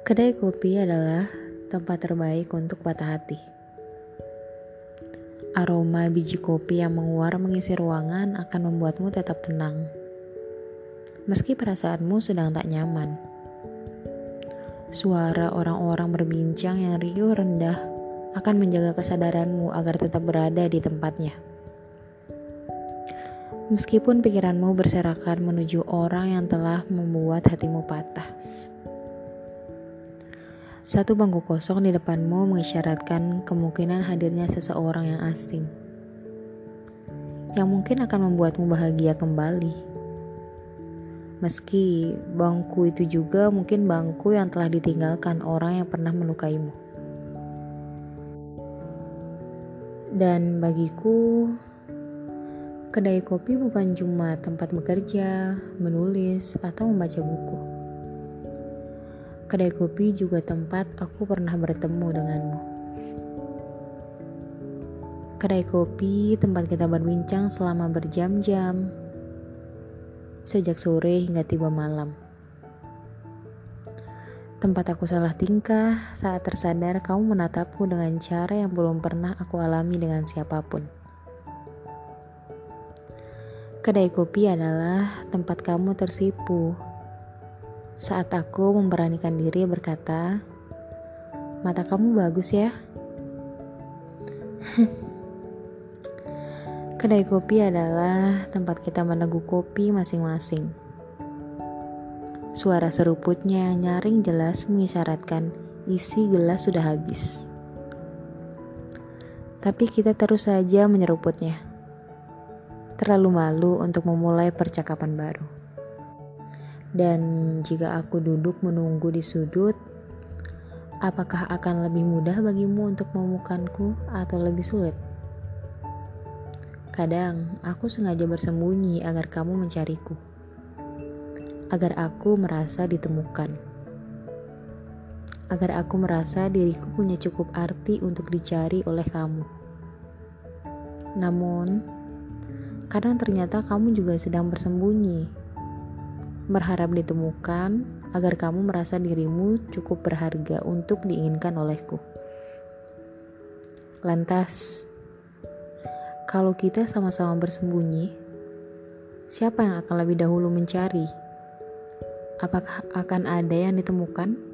Kedai kopi adalah tempat terbaik untuk patah hati. Aroma biji kopi yang menguar mengisi ruangan akan membuatmu tetap tenang, meski perasaanmu sedang tak nyaman. Suara orang-orang berbincang yang riuh rendah akan menjaga kesadaranmu agar tetap berada di tempatnya. Meskipun pikiranmu berserakan menuju orang yang telah membuat hatimu patah. Satu bangku kosong di depanmu mengisyaratkan kemungkinan hadirnya seseorang yang asing, yang mungkin akan membuatmu bahagia kembali. Meski bangku itu juga mungkin bangku yang telah ditinggalkan orang yang pernah melukaimu. Dan bagiku, kedai kopi bukan cuma tempat bekerja, menulis, atau membaca buku. Kedai kopi juga tempat aku pernah bertemu denganmu. Kedai kopi tempat kita berbincang selama berjam-jam, sejak sore hingga tiba malam. Tempat aku salah tingkah saat tersadar kamu menatapku dengan cara yang belum pernah aku alami dengan siapapun. Kedai kopi adalah tempat kamu tersipu saat aku memberanikan diri berkata, "Mata kamu bagus ya." Kedai kopi adalah tempat kita meneguk kopi masing-masing. Suara seruputnya yang nyaring jelas mengisyaratkan isi gelas sudah habis. Tapi kita terus saja menyeruputnya. Terlalu malu untuk memulai percakapan baru. Dan jika aku duduk menunggu di sudut, apakah akan lebih mudah bagimu untuk menemukanku atau lebih sulit? Kadang aku sengaja bersembunyi agar kamu mencariku, agar aku merasa ditemukan, agar aku merasa diriku punya cukup arti untuk dicari oleh kamu. Namun, kadang ternyata kamu juga sedang bersembunyi, berharap ditemukan agar kamu merasa dirimu cukup berharga untuk diinginkan olehku. Lantas, kalau kita sama-sama bersembunyi, siapa yang akan lebih dahulu mencari? Apakah akan ada yang ditemukan?